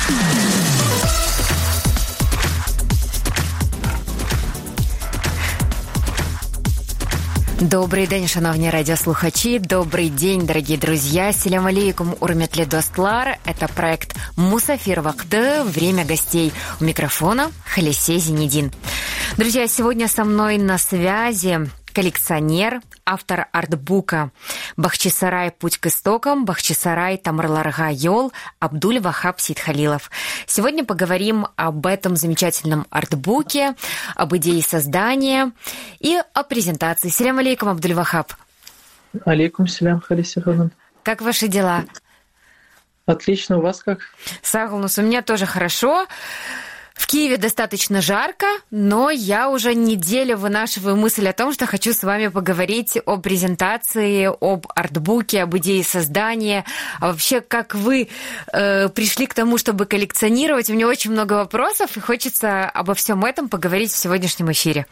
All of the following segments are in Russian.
Добрий день, шановні радиослухачи. Добрый день, дорогие друзья. Селям алейкум, урметли достлар. Это проект «Мусафир Вакты. Время гостей». У микрофона Халисе Зинедин. Друзья, сегодня со мной на связи коллекционер, автор артбука «Бахчисарай. Путь к истокам», «Бахчисарай. Тамырларга йол» Абдуль-Вахаб Сидхалилов. Сегодня поговорим об этом замечательном артбуке, об идее создания и о презентации. Селям алейкум, Абдуль-Вахаб. Алейкум селям, Халисе Ханан. Как ваши дела? Отлично, у вас как? Сагулнус, у меня тоже хорошо. В Киеве достаточно жарко, но я уже неделю вынашиваю мысль о том, что хочу с вами поговорить о презентации, об артбуке, об идее создания. А вообще, как вы пришли к тому, чтобы коллекционировать? У меня очень много вопросов, и хочется обо всем этом поговорить в сегодняшнем эфире.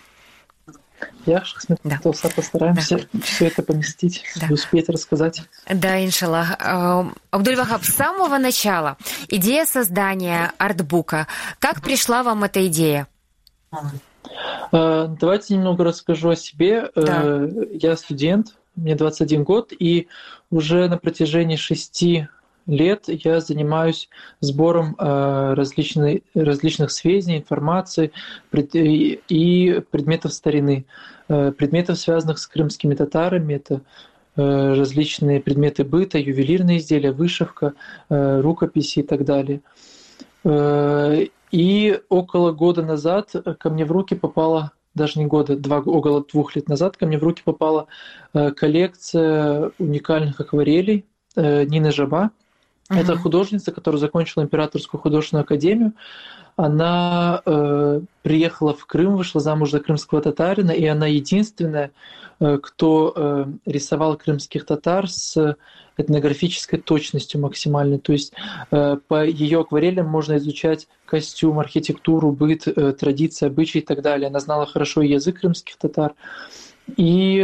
Постараемся все это поместить, успеть рассказать. Да, иншаллах. Абдуль-Вахаб, с самого начала идея создания артбука. Как пришла вам эта идея? Давайте немного расскажу о себе. Да. Я студент, мне 21 год, и уже на протяжении 6 лет я занимаюсь сбором различных сведений, информации и предметов старины. Предметов, связанных с крымскими татарами, это различные предметы быта, ювелирные изделия, вышивка, рукописи и так далее. И около года назад ко мне в руки попала, даже не года, около 2 лет назад ко мне в руки попала коллекция уникальных акварелей Нины Жаба. Это художница, которая закончила Императорскую художественную академию. Она приехала в Крым, вышла замуж за крымского татарина, и она единственная, кто рисовал крымских татар с этнографической точностью максимальной. То есть по ее акварелям можно изучать костюм, архитектуру, быт, традиции, обычаи и так далее. Она знала хорошо язык крымских татар. И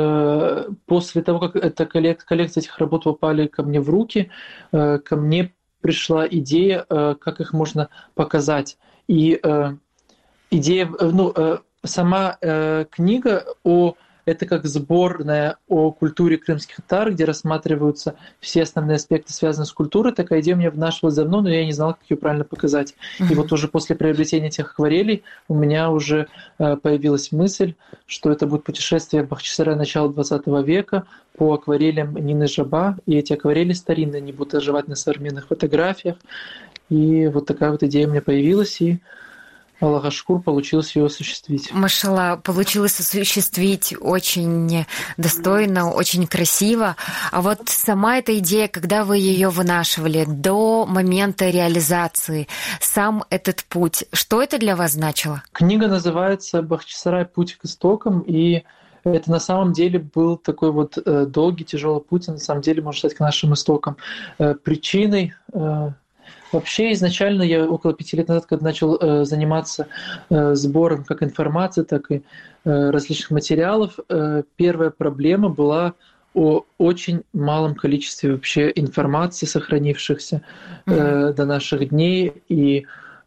после того, как эта коллекция этих работ попали ко мне в руки, ко мне пришла идея, как их можно показать. И идея, сама книга это как сборная о культуре крымских татар, где рассматриваются все основные аспекты, связанные с культурой. Такая идея у меня внашивалась давно, но я не знал, как ее правильно показать. И вот уже после приобретения этих акварелей у меня уже появилась мысль, что это будет путешествие в Бахчисарай начала 20 века по акварелям Нины Жаба. И эти акварели старинные, они будут оживать на современных фотографиях. И вот такая вот идея у меня появилась, и Аллах ашкур, получилось ее осуществить. Машалла, получилось осуществить очень достойно, очень красиво. А вот сама эта идея, когда вы ее вынашивали до момента реализации, сам этот путь, что это для вас значило? Книга называется «Бахчисарай. Путь к истокам», и это на самом деле был такой вот долгий, тяжелый путь, на самом деле, можно сказать, к нашим истокам. Причиной вообще, изначально я около 5 лет назад, когда начал заниматься сбором как информации, так и различных материалов, первая проблема была о очень малом количестве вообще информации, сохранившихся до наших дней, и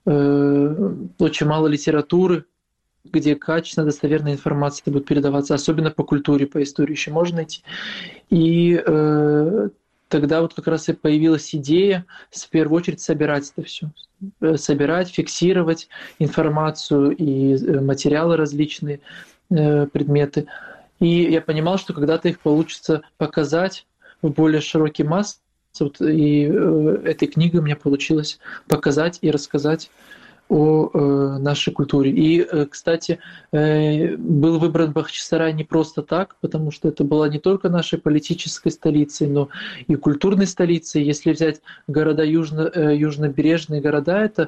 очень мало литературы, где качественная, достоверная информация будет передаваться, особенно по культуре, по истории еще можно найти. И тогда вот как раз и появилась идея в первую очередь собирать это все, собирать, фиксировать информацию и материалы различные, предметы. И я понимал, что когда-то их получится показать в более широкий масс, и этой книгой у меня получилось показать и рассказать о нашей культуре. И, кстати, был выбран Бахчисарай не просто так, потому что это была не только нашей политической столицей, но и культурной столицей. Если взять города южнобережные города, это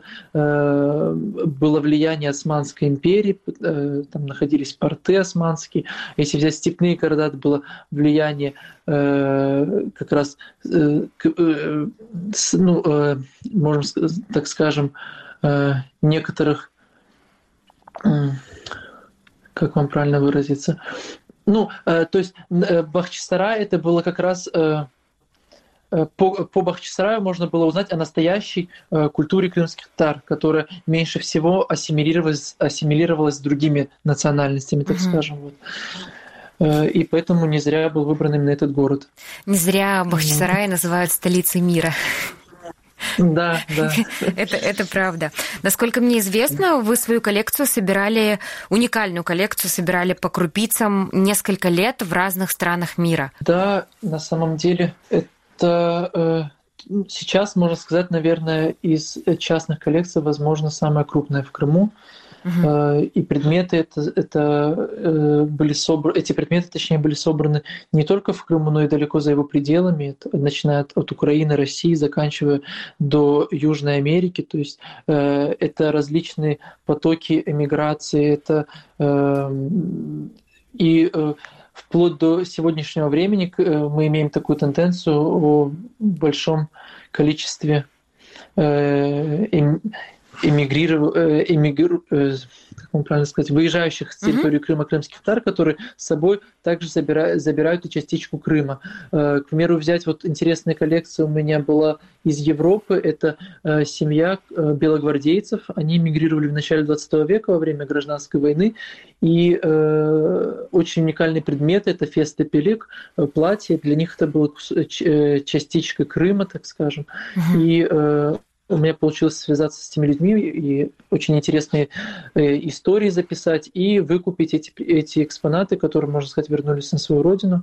было влияние Османской империи, там находились порты османские. Если взять степные города, это было влияние как раз, можем так скажем, некоторых, как вам правильно выразиться, то есть Бахчисарай это было как раз по Бахчисараю можно было узнать о настоящей культуре крымских татар, которая меньше всего ассимилировалась с другими национальностями, так скажем. Вот. И поэтому не зря был выбран именно этот город. Не зря Бахчисарай называют столицей мира. Да. Это правда. Насколько мне известно, вы свою коллекцию собирали, уникальную коллекцию собирали по крупицам несколько лет в разных странах мира. Да, на самом деле это сейчас, можно сказать, наверное, из частных коллекций, возможно, самая крупная в Крыму. И предметы эти предметы, точнее, были собраны не только в Крыму, но и далеко за его пределами, начиная от Украины, России, заканчивая до Южной Америки. То есть это различные потоки эмиграции, это и вплоть до сегодняшнего времени мы имеем такую тенденцию о большом количестве выезжающих с территории Крыма крымских татар, которые с собой также забирают и частичку Крыма. К примеру, взять вот интересная коллекция у меня была из Европы. Это семья белогвардейцев. Они мигрировали в начале 20 века во время гражданской войны. И очень уникальный предмет — это феста-пелик, платье. Для них это была частичка Крыма, так скажем. И у меня получилось связаться с этими людьми и очень интересные истории записать и выкупить эти экспонаты, которые, можно сказать, вернулись на свою родину.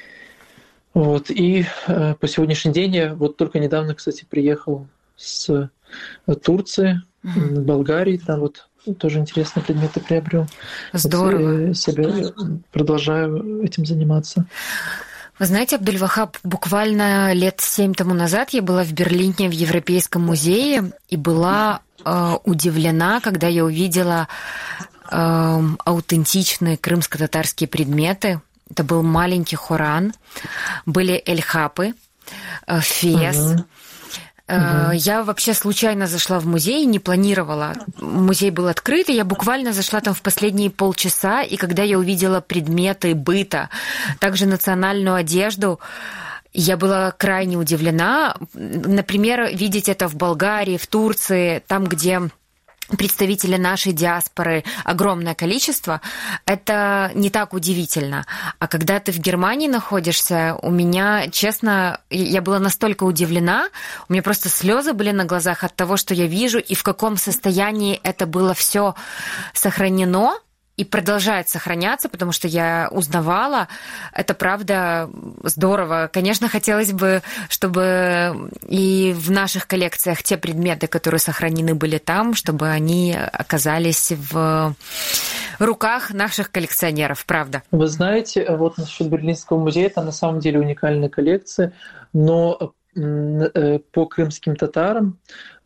Вот. И по сегодняшний день я вот только недавно, кстати, приехал с Турции, Болгарии, там вот тоже интересные предметы приобрел. Здорово. Вот, продолжаю этим заниматься. Вы знаете, Абдуль-Вахаб, буквально лет 7 тому назад я была в Берлине в Европейском музее и была удивлена, когда я увидела аутентичные крымско-татарские предметы. Это был маленький хоран, были эльхапы, фес. Я вообще случайно зашла в музей, не планировала. Музей был открыт, и я буквально зашла там в последние полчаса, и когда я увидела предметы быта, также национальную одежду, я была крайне удивлена. Например, видеть это в Болгарии, в Турции, там, где представители нашей диаспоры огромное количество, это не так удивительно. А когда ты в Германии находишься, у меня, честно, я была настолько удивлена, у меня просто слезы были на глазах от того, что я вижу, и в каком состоянии это было все сохранено и продолжает сохраняться, потому что я узнавала. Это правда здорово. Конечно, хотелось бы, чтобы и в наших коллекциях те предметы, которые сохранены были там, чтобы они оказались в руках наших коллекционеров, правда. Вы знаете, вот насчет Берлинского музея, это на самом деле уникальная коллекция, но по крымским татарам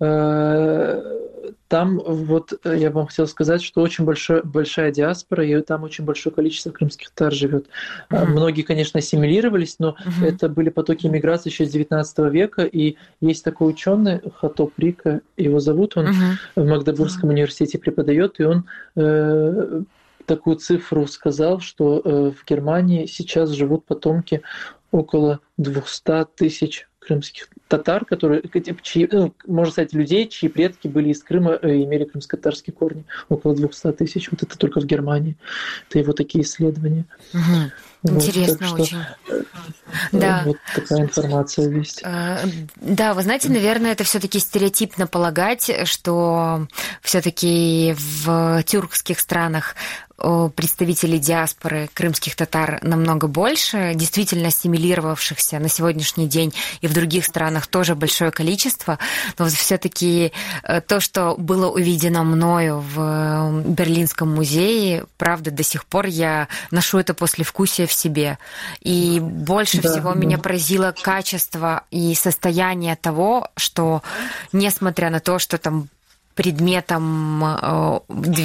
там вот я вам хотел сказать, что очень большая диаспора, и там очень большое количество крымских татар живет. Многие, конечно, ассимилировались, но это были потоки миграции еще с 19 века, и есть такой ученый Хатоп Рика, его зовут, он в Магдебургском университете преподает, и он такую цифру сказал, что в Германии сейчас живут потомки около 200 тысяч крымских татар, которые, можно сказать, людей, чьи предки были из Крыма и имели крымско-татарские корни. Около 200 тысяч. Вот это только в Германии. Это его такие исследования. Вот, интересно очень. Да. Вот такая информация есть. Да, вы знаете, наверное, это все-таки стереотипно полагать, что все-таки в тюркских странах представителей диаспоры крымских татар намного больше, действительно ассимилировавшихся на сегодняшний день, и в других странах тоже большое количество, но все-таки то, что было увидено мною в Берлинском музее, правда, до сих пор я ношу это послевкусие в себе. И больше всего меня поразило качество и состояние того, что, несмотря на то, что там предметам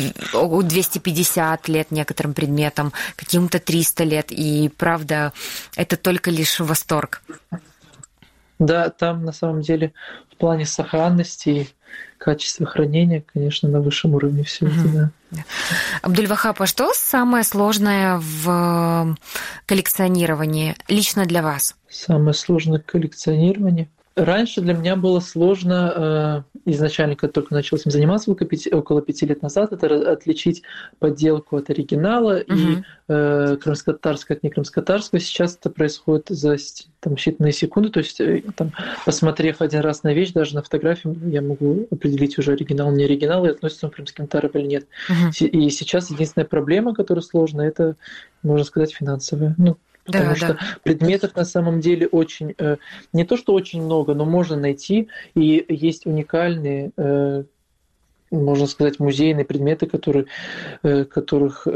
250 лет, некоторым предметам, каким-то 300 лет. И, правда, это только лишь восторг. Да, там на самом деле в плане сохранности и качества хранения, конечно, на высшем уровне все это, да. Абдуль-Вахаб, а что самое сложное в коллекционировании лично для вас? Самое сложное коллекционирование. Раньше для меня было сложно, изначально, когда только начал этим заниматься около 5 лет назад, это отличить подделку от оригинала и крымско-татарское от некрымско-татарского. Сейчас это происходит за там, считанные секунды, то есть там, посмотрев один раз на вещь, даже на фотографию, я могу определить уже оригинал, не оригинал, и относится он к крымским татарам или нет. И сейчас единственная проблема, которая сложная, это, можно сказать, финансовая. Потому что предметов на самом деле очень, не то что очень много, но можно найти, и есть уникальные, можно сказать, музейные предметы, которых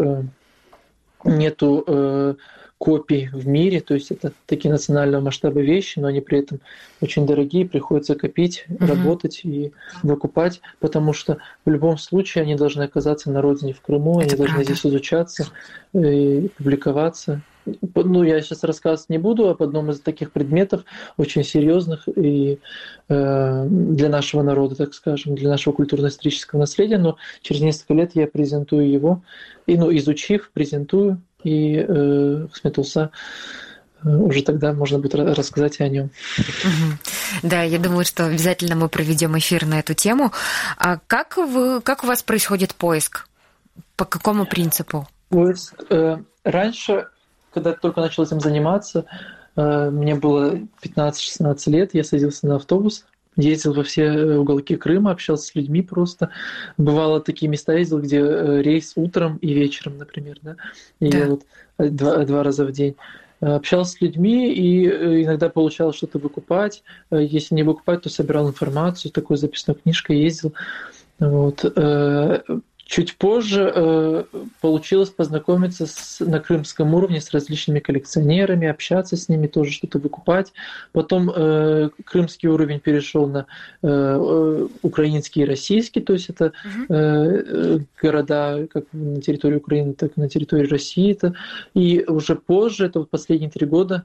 нету копий в мире, то есть это такие национального масштаба вещи, но они при этом очень дорогие, приходится копить, работать и выкупать, потому что в любом случае они должны оказаться на родине в Крыму, они должны здесь изучаться и публиковаться. Я сейчас рассказывать не буду об одном из таких предметов, очень серьезных и для нашего народа, так скажем, для нашего культурно-исторического наследия, но через несколько лет я презентую его, и, изучив, презентую, и Хисметулса уже тогда можно будет рассказать о нем. Да, я думаю, что обязательно мы проведем эфир на эту тему. А как у вас происходит поиск? По какому принципу? Поиск. Раньше, когда я только начал этим заниматься, мне было 15-16 лет, я садился на автобус, ездил во все уголки Крыма, общался с людьми просто. Бывало, такие места ездил, где рейс утром и вечером, например, да? И я вот два раза в день. Общался с людьми и иногда получалось что-то выкупать. Если не выкупать, то собирал информацию, такой записной книжкой ездил. Вот. Чуть позже получилось познакомиться на крымском уровне с различными коллекционерами, общаться с ними, тоже что-то выкупать. Потом крымский уровень перешел на украинский и российский, то есть это города как на территории Украины, так и на территории России. И уже позже, это вот последние 3 года,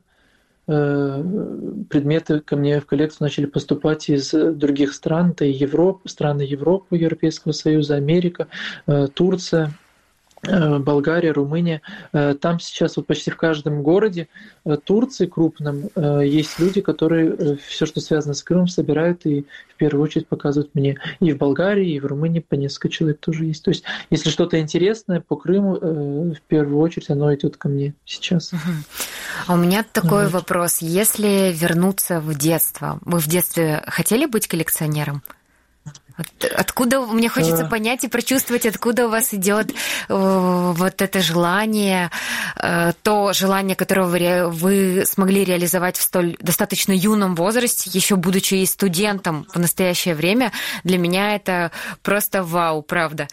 предметы ко мне в коллекцию начали поступать из других стран, это и страны Европы, Европейского Союза, Америка, Турция, Болгария, Румыния. Там сейчас вот почти в каждом городе Турции крупном есть люди, которые все, что связано с Крымом, собирают и в первую очередь показывают мне. И в Болгарии, и в Румынии по несколько человек тоже есть. То есть, если что-то интересное по Крыму, в первую очередь оно идет ко мне сейчас. А у меня такой вопрос. Если вернуться в детство, вы в детстве хотели быть коллекционером? Откуда, мне хочется понять и прочувствовать, откуда у вас идет вот это желание, то желание, которое вы смогли реализовать в столь достаточно юном возрасте, еще будучи и студентом в настоящее время. Для меня это просто вау, правда.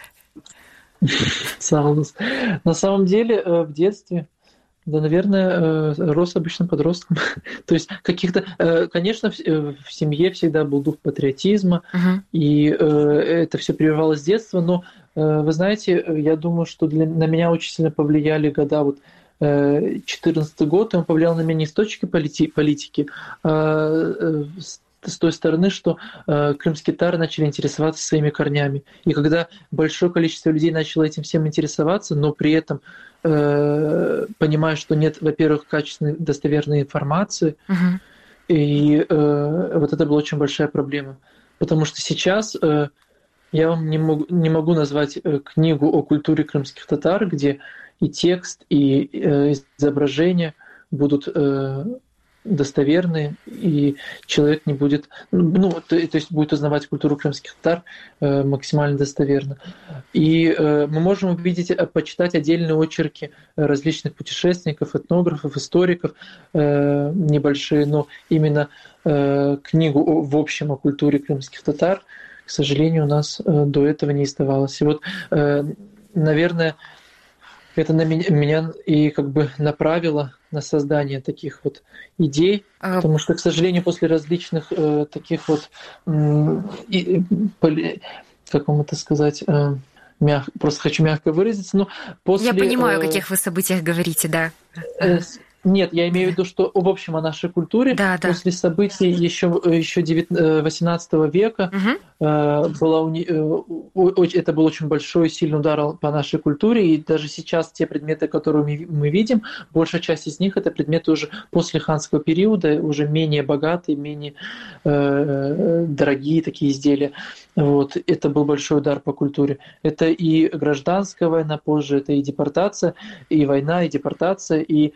На самом деле в детстве, да, наверное, рос обычным подростком. То есть конечно, в семье всегда был дух патриотизма, и это все прививалось с детства, но, вы знаете, я думаю, что на меня очень сильно повлияли года 2014 год, и он повлиял на меня не с точки политики, а с той стороны, что крымские татары начали интересоваться своими корнями. И когда большое количество людей начало этим всем интересоваться, но при этом понимая, что нет, во-первых, качественной, достоверной информации, и вот это была очень большая проблема. Потому что сейчас я вам не могу назвать книгу о культуре крымских татар, где и текст, и изображения будут достоверные, и человек не будет, то есть будет узнавать культуру крымских татар максимально достоверно. И мы можем увидеть, почитать отдельные очерки различных путешественников, этнографов, историков, небольшие, но именно книгу в общем о культуре крымских татар, к сожалению, у нас до этого не издавалось. И вот, наверное, это меня и как бы направило на создание таких вот идей, потому что, к сожалению, после различных таких вот, как вам это сказать, просто хочу мягко выразиться, но после... Я понимаю, о каких вы событиях говорите, да. Нет, я имею в виду, что в общем о нашей культуре после событий еще 18 века это был очень большой и сильный удар по нашей культуре, и даже сейчас те предметы, которые мы видим, большая часть из них это предметы уже после ханского периода, уже менее богатые, менее дорогие такие изделия. Вот. Это был большой удар по культуре. Это и гражданская война позже, это и депортация, и война, и депортация, и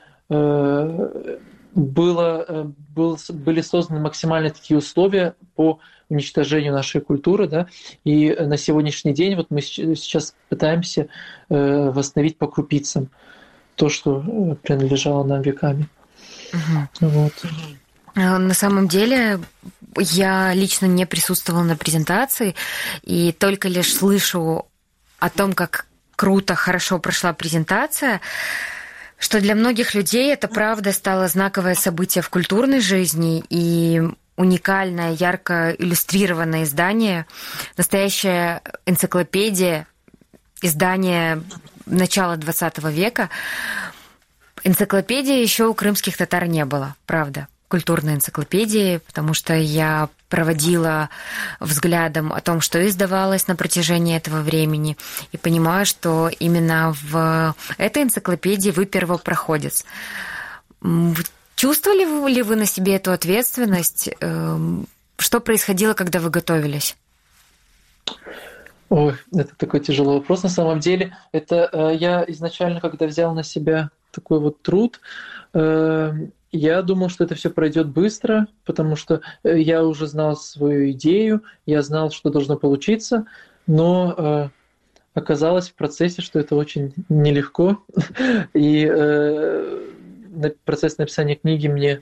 были созданы максимально такие условия по уничтожению нашей культуры, да, и на сегодняшний день вот мы сейчас пытаемся восстановить по крупицам то, что принадлежало нам веками. Вот. На самом деле я лично не присутствовала на презентации и только лишь слышу о том, как круто, хорошо прошла презентация, что для многих людей это, правда, стало знаковое событие в культурной жизни и уникальное, ярко иллюстрированное издание, настоящая энциклопедия, издание начала XX века. Энциклопедии еще у крымских татар не было, правда, культурной энциклопедии, потому что я проводила взглядом о том, что издавалось на протяжении этого времени, и понимаю, что именно в этой энциклопедии вы первопроходец. Чувствовали ли вы на себе эту ответственность? Что происходило, когда вы готовились? Ой, это такой тяжелый вопрос. На самом деле, это я изначально, когда взял на себя такой вот труд, я думал, что это все пройдет быстро, потому что я уже знал свою идею, я знал, что должно получиться, но оказалось в процессе, что это очень нелегко, и процесс написания книги мне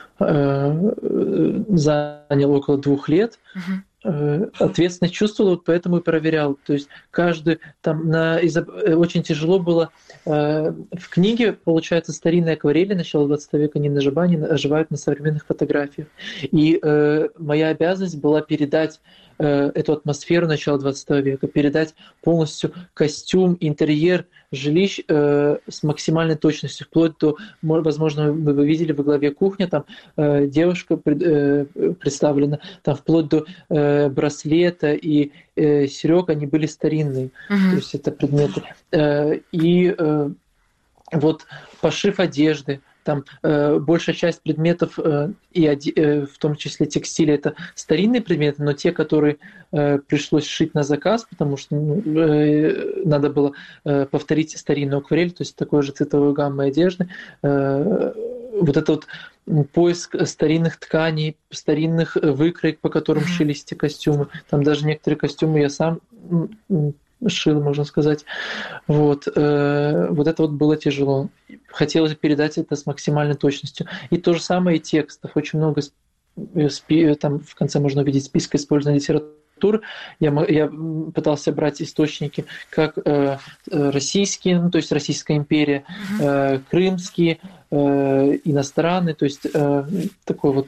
занял около 2 лет. Ответственность чувствовал, поэтому и проверял. То есть каждый там очень тяжело было. В книге, получается, старинные акварели начала 20 века Нины Жабани оживают на современных фотографиях. И моя обязанность была передать эту атмосферу начала 20 века, передать полностью костюм, интерьер жилищ с максимальной точностью, вплоть до, возможно, вы видели во главе кухня, там девушка представлена, там вплоть до браслета и серёг, они были старинные, то есть это предметы. И вот пошив одежды, там большая часть предметов, и в том числе текстиля, это старинные предметы, но те, которые пришлось шить на заказ, потому что надо было повторить старинную акварель, то есть такой же цветовой гаммы одежды. Вот это вот поиск старинных тканей, старинных выкроек, по которым шились эти костюмы. Там даже некоторые костюмы я сам шил, можно сказать. Вот это вот было тяжело. Хотелось передать это с максимальной точностью. И то же самое и текстов. Очень много, там в конце можно увидеть список использованной литературы. Я пытался брать источники как российские, ну, то есть Российская империя, крымские, иностранные, то есть такой вот...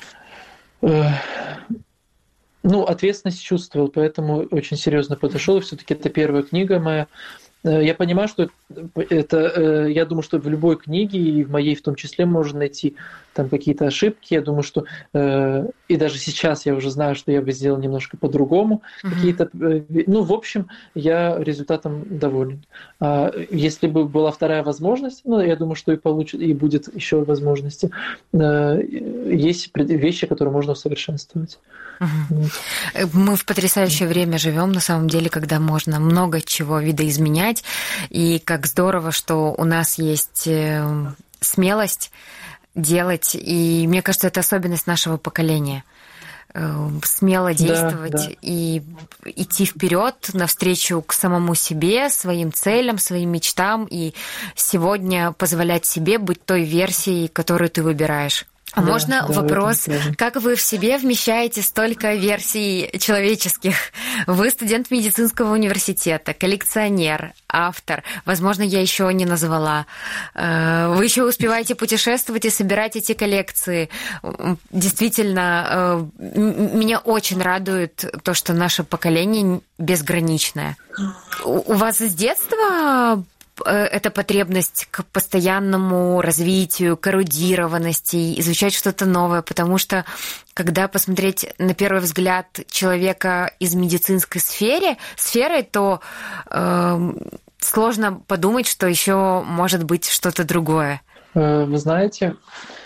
ответственность чувствовал, поэтому очень серьезно подошел. Все-таки это первая книга моя. Я понимаю, что это, я думаю, что в любой книге, и в моей в том числе, можно найти там какие-то ошибки. Я думаю, что и даже сейчас я уже знаю, что я бы сделал немножко по-другому. Какие-то, в общем, я результатом доволен. А если бы была вторая возможность, я думаю, что и будет еще возможности. Есть вещи, которые можно усовершенствовать. Мы в потрясающее время живем, на самом деле, когда можно много чего видоизменять, и как здорово, что у нас есть смелость делать, и мне кажется, это особенность нашего поколения. Смело действовать и идти вперед навстречу к самому себе, своим целям, своим мечтам, и сегодня позволять себе быть той версией, которую ты выбираешь. А можно вопрос, как вы в себе вмещаете столько версий человеческих? Вы студент медицинского университета, коллекционер, автор. Возможно, я еще не назвала. Вы еще успеваете путешествовать и собирать эти коллекции. Действительно, меня очень радует то, что наше поколение безграничное. У вас с детства эта потребность к постоянному развитию, к эрудированности, изучать что-то новое, потому что когда посмотреть на первый взгляд человека из медицинской сферы, то сложно подумать, что еще может быть что-то другое. Вы знаете,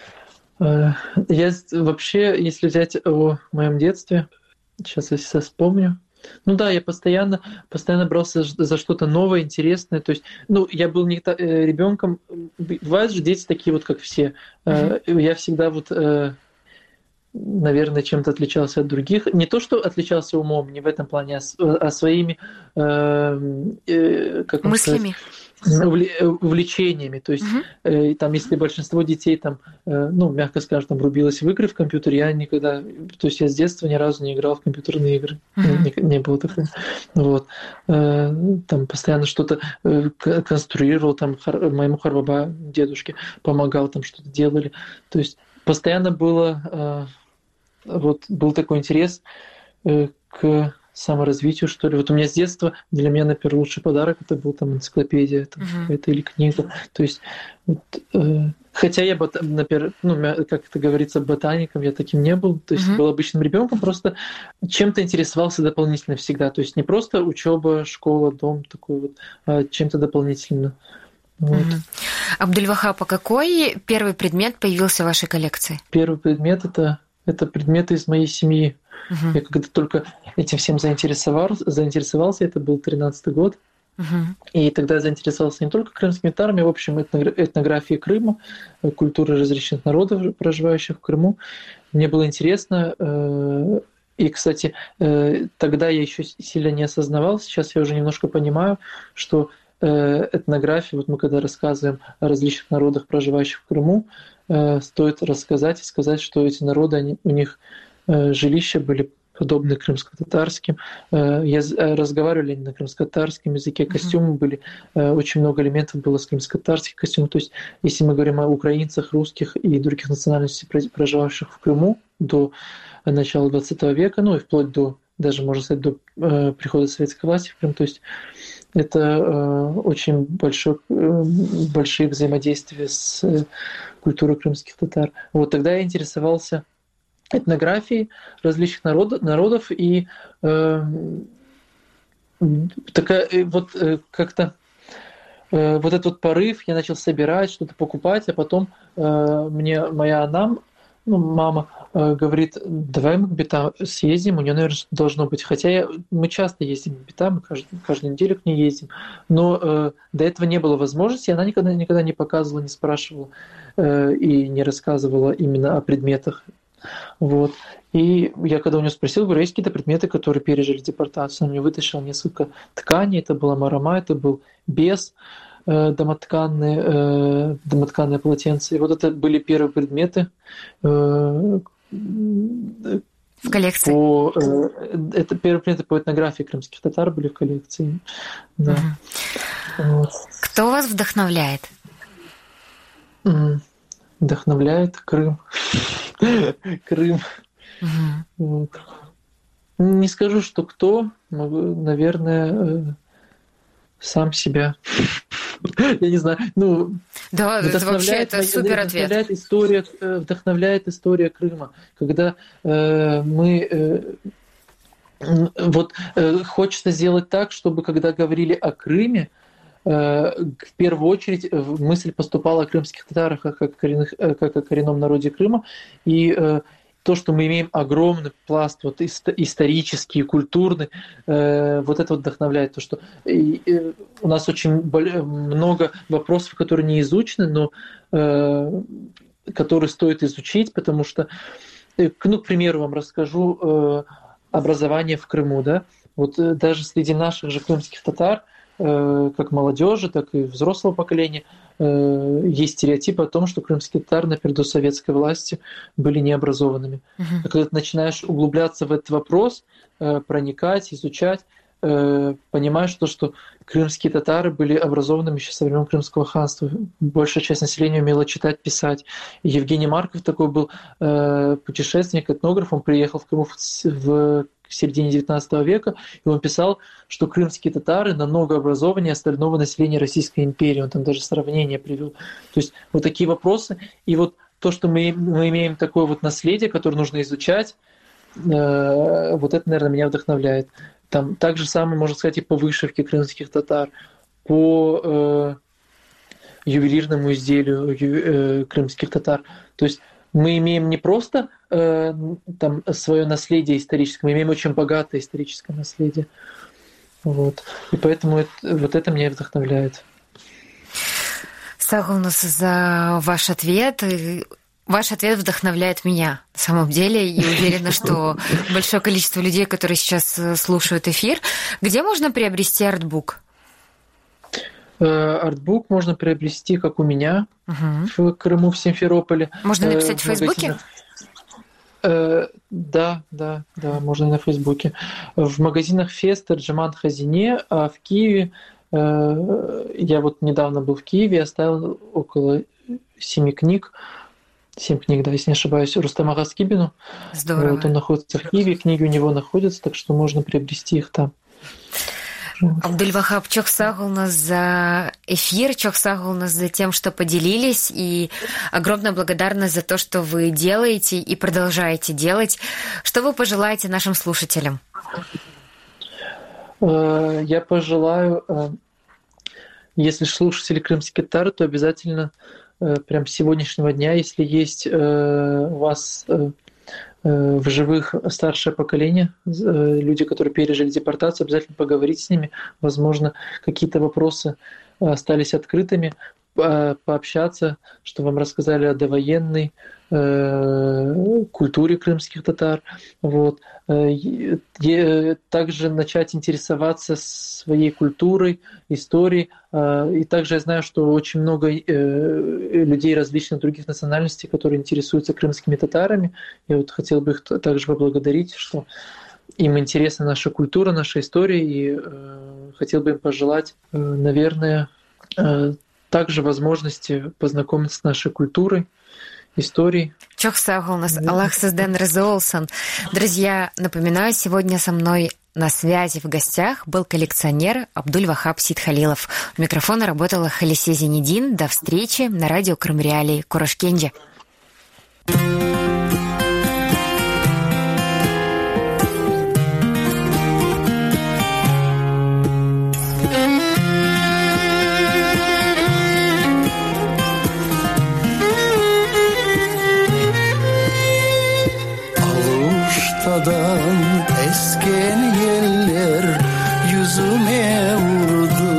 я вообще, если взять о моем детстве, сейчас я вспомню. Ну да, я постоянно брался за что-то новое, интересное. То есть, я был не ребенком. Бывают же дети такие вот, как все. Я всегда наверное, чем-то отличался от других. Не то, что отличался умом, не в этом плане, а своими мыслями. Увлечениями. То есть, там, если большинство детей, там, мягко скажем, там, рубилось в игры в компьютере, я никогда... То есть я с детства ни разу не играл в компьютерные игры. Не было такого. Вот. Там постоянно что-то конструировал, там, моему Харбаба, дедушке, помогал, там, что-то делали. То есть постоянно был такой интерес к саморазвитию, что ли. Вот у меня с детства, для меня, например, лучший подарок это был там энциклопедия какая-то или книга. То есть, хотя я, например, как это говорится, ботаником я таким не был, то есть был обычным ребенком, просто чем-то интересовался дополнительно всегда. То есть не просто учеба, школа, дом такой вот, а чем-то дополнительно. Вот. Абдуль-Вахаб, а какой первый предмет появился в вашей коллекции? Первый предмет это предметы из моей семьи. Я когда только этим всем заинтересовался, это был 13-й год. И тогда я заинтересовался не только крымскими татарами, а в общем этнографией Крыма, культурой различных народов, проживающих в Крыму. Мне было интересно. И, кстати, тогда я еще сильно не осознавал, сейчас я уже немножко понимаю, что этнография, вот мы когда рассказываем о различных народах, проживающих в Крыму, стоит рассказать и сказать, что эти народы, у них жилища были подобны крымско-татарским. Разговаривали они на крымско-татарском языке, костюмы были, очень много элементов было с крымско-татарских костюмов. То есть, если мы говорим о украинцах, русских и других национальностей, проживавших в Крыму до начала XX века, и вплоть до, даже можно сказать, до прихода советской власти в Крым, то есть это очень большие взаимодействия с культурой крымских татар. Вот тогда я интересовался этнографией различных народов и как-то вот этот порыв я начал собирать, что-то покупать, а потом мне моя Анам, мама, говорит, давай мы к Бетам съездим, у нее, наверное, должно быть. Хотя мы часто ездим в Бетам, каждую неделю к ней ездим, но до этого не было возможности, она никогда не показывала, не спрашивала и не рассказывала именно о предметах. Вот. И я когда у нее спросил, говорю, есть какие-то предметы, которые пережили депортацию? Она мне вытащила несколько тканей, это была марама, это был бес, домотканное полотенце. И вот это были первые предметы в коллекции. Это первые предметы по этнографии крымских татар были в коллекции. Да. Вот. Кто вас вдохновляет? Вдохновляет Крым. Крым. Вот. Не скажу, что кто, наверное, сам себя. Я не знаю. Да, это вообще это супер ответ. Вдохновляет история Крыма. Когда хочется сделать так, чтобы когда говорили о Крыме, в первую очередь мысль поступала о крымских татарах как о коренном народе Крыма. И то, что мы имеем огромный пласт исторический, культурный, вот это вдохновляет. То, что у нас очень много вопросов, которые не изучены, но которые стоит изучить, потому что, к примеру, вам расскажу образование в Крыму. Да? Вот даже среди наших же крымских татар, как молодежи, так и взрослого поколения, есть стереотип о том, что крымские татары, например, до советской власти были необразованными. А когда ты начинаешь углубляться в этот вопрос, проникать, изучать, понимаешь, что крымские татары были образованными еще со времен Крымского ханства. Большая часть населения умела читать, писать. И Евгений Марков такой был путешественник, этнограф. Он приехал в Крым в к середине XIX века, и он писал, что крымские татары намного образованнее остального населения Российской империи. Он там даже сравнение привел. То есть вот такие вопросы. И вот то, что мы имеем такое вот наследие, которое нужно изучать, вот это, наверное, меня вдохновляет. Там так же самое, можно сказать, и по вышивке крымских татар, по ювелирному изделию крымских татар. То есть мы имеем не просто там свое наследие историческое, мы имеем очень богатое историческое наследие. Вот. И поэтому вот это меня вдохновляет. Сагулнус за ваш ответ. Ваш ответ вдохновляет меня, на самом деле, и уверена, что большое количество людей, которые сейчас слушают эфир. Где можно приобрести артбук? Артбук можно приобрести, как у меня, в Крыму, в Симферополе. Можно написать в Фейсбуке? Да, можно и на Фейсбуке. В магазинах Фест, Терджеман, Хазине, а в Киеве, я вот недавно был в Киеве, оставил около 7 книг, да, если не ошибаюсь, Рустама Гаскибину. Здорово. Вот он находится в Киеве, книги у него находятся, так что можно приобрести их там. Абдульвахаб, чок сагулнус за эфир, чок сагулнус за тем, что поделились, и огромная благодарность за то, что вы делаете и продолжаете делать. Что вы пожелаете нашим слушателям? Я пожелаю, если слушатели крымских татар, то обязательно прям с сегодняшнего дня, если есть у вас в живых старшее поколение, люди, которые пережили депортацию, обязательно поговорить с ними. Возможно, какие-то вопросы остались открытыми, пообщаться, что вам рассказали о довоенной культуре крымских татар. Вот. Также начать интересоваться своей культурой, историей. И также я знаю, что очень много людей различных других национальностей, которые интересуются крымскими татарами. Я вот хотел бы их также поблагодарить, что им интересна наша культура, наша история, и хотел бы им пожелать, наверное, также возможности познакомиться с нашей культурой, историей. Чок сагулнус, Аллах сізден разы олсын. Друзья, напоминаю, сегодня со мной на связи в гостях был коллекционер Абдульвахаб Сидхалилов. У микрофона работала Халисе Зенедин. До встречи на радио Крым Реалии. Курашкенджи. Esken yeller yüzüme vurdu.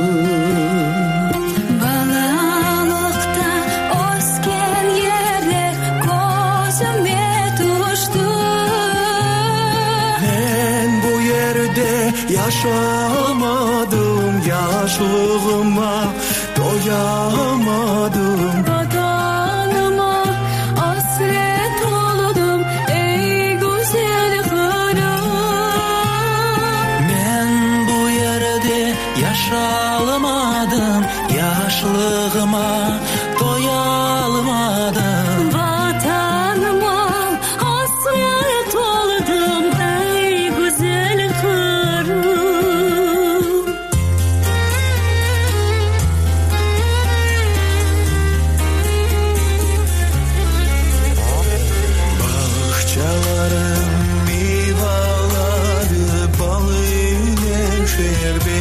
Balalıkta osken yerler gözüme düştü. Ben bu yerde yaşamadım, yaşlığıma doyamadım. Vatanıma hasret oldum. Yaşalmadım, yaşlığıma doyalmadım. Vatanıma hasret oldum, ey güzel Kırım. Bahçelerim, meyveleri, balı ile şerbeti.